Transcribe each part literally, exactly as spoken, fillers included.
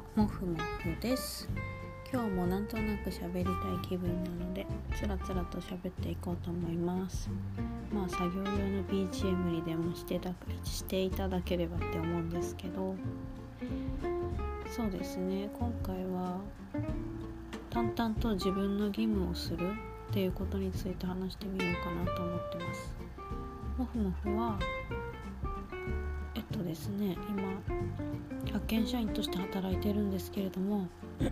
もふもふです。今日もなんとなく喋りたい気分なのでつらつらと喋っていこうと思います。まあ作業用の ビージーエム にでもしてたしていただければって思うんですけど、そうですね、今回は淡々と自分の義務をするっていうことについて話してみようかなと思ってます。もふもふはえっとですね今派遣社員として働いてるんですけれどもう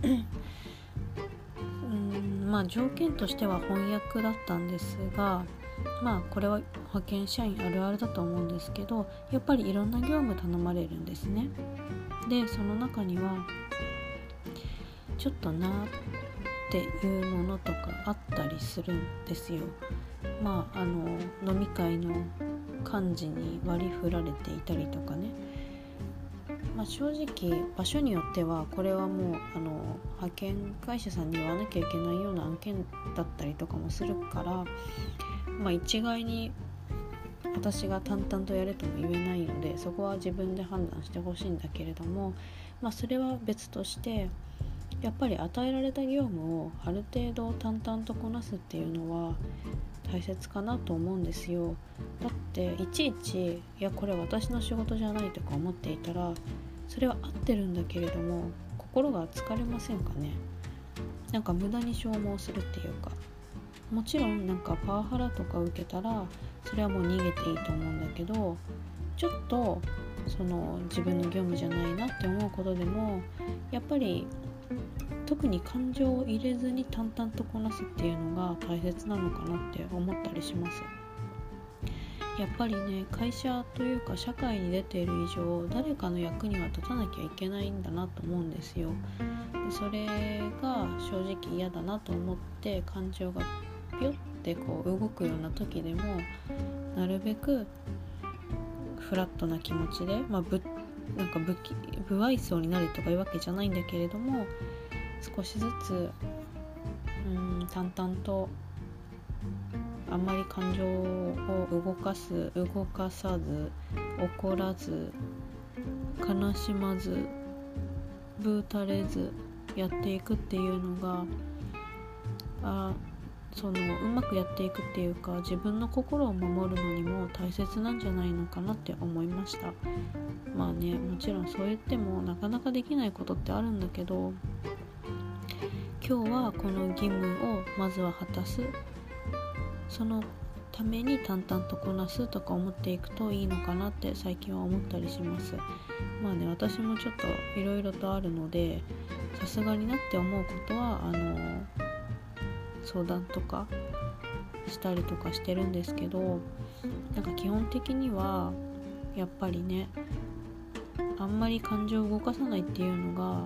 ーんまあ条件としては翻訳だったんですが、まあこれは派遣社員あるあるだと思うんですけど、やっぱりいろんな業務頼まれるんですね。でその中にはちょっとなっていうものとかあったりするんですよ。まああの飲み会の幹事に割り振られていたりとかね、まあ、正直場所によってはこれはもうあの派遣会社さんに言わなきゃいけないような案件だったりとかもするから、まあ、一概に私が淡々とやれとも言えないので、そこは自分で判断してほしいんだけれども、まあ、それは別としてやっぱり与えられた業務をある程度淡々とこなすっていうのは大切かなと思うんですよ。だっていちいちいやこれ私の仕事じゃないとか思っていたらそれは合ってるんだけれども心が疲れませんかね。なんか無駄に消耗するっていうか、もちろんなんかパワハラとか受けたらそれはもう逃げていいと思うんだけど、ちょっとその自分の業務じゃないなって思うことでもやっぱり特に感情を入れずに淡々とこなすっていうのが大切なのかなって思ったりします。やっぱりね、会社というか社会に出ている以上誰かの役には立たなきゃいけないんだなと思うんですよ。でそれが正直嫌だなと思って感情がピョってこう動くような時でもなるべくフラットな気持ちで、まあ、ぶなんか不気不愛想になるとかいうわけじゃないんだけれども、少しずつうーん淡々とあんまり感情を動かす動かさず怒らず悲しまずぶうたれずやっていくっていうのがあそのうまくやっていくっていうか自分の心を守るのにも大切なんじゃないのかなって思いました。まあね、もちろんそう言ってもなかなかできないことってあるんだけど、今日はこの義務をまずは果たす、そのために淡々とこなすとか思っていくといいのかなって最近は思ったりします。まあね、私もちょっといろいろとあるのでさすがになって思うことはあの相談とかしたりとかしてるんですけど、なんか基本的にはやっぱりね、あんまり感情を動かさないっていうのが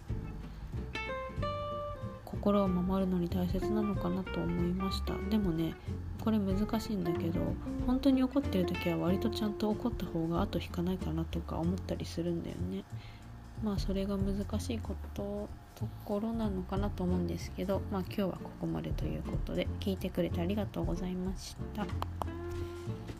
心を守るのに大切なのかなと思いました。でもね、これ難しいんだけど本当に怒ってる時は割とちゃんと怒った方が後引かないかなとか思ったりするんだよね。まあそれが難しいことところなのかなと思うんですけど、まあ今日はここまでということで聞いてくれてありがとうございました。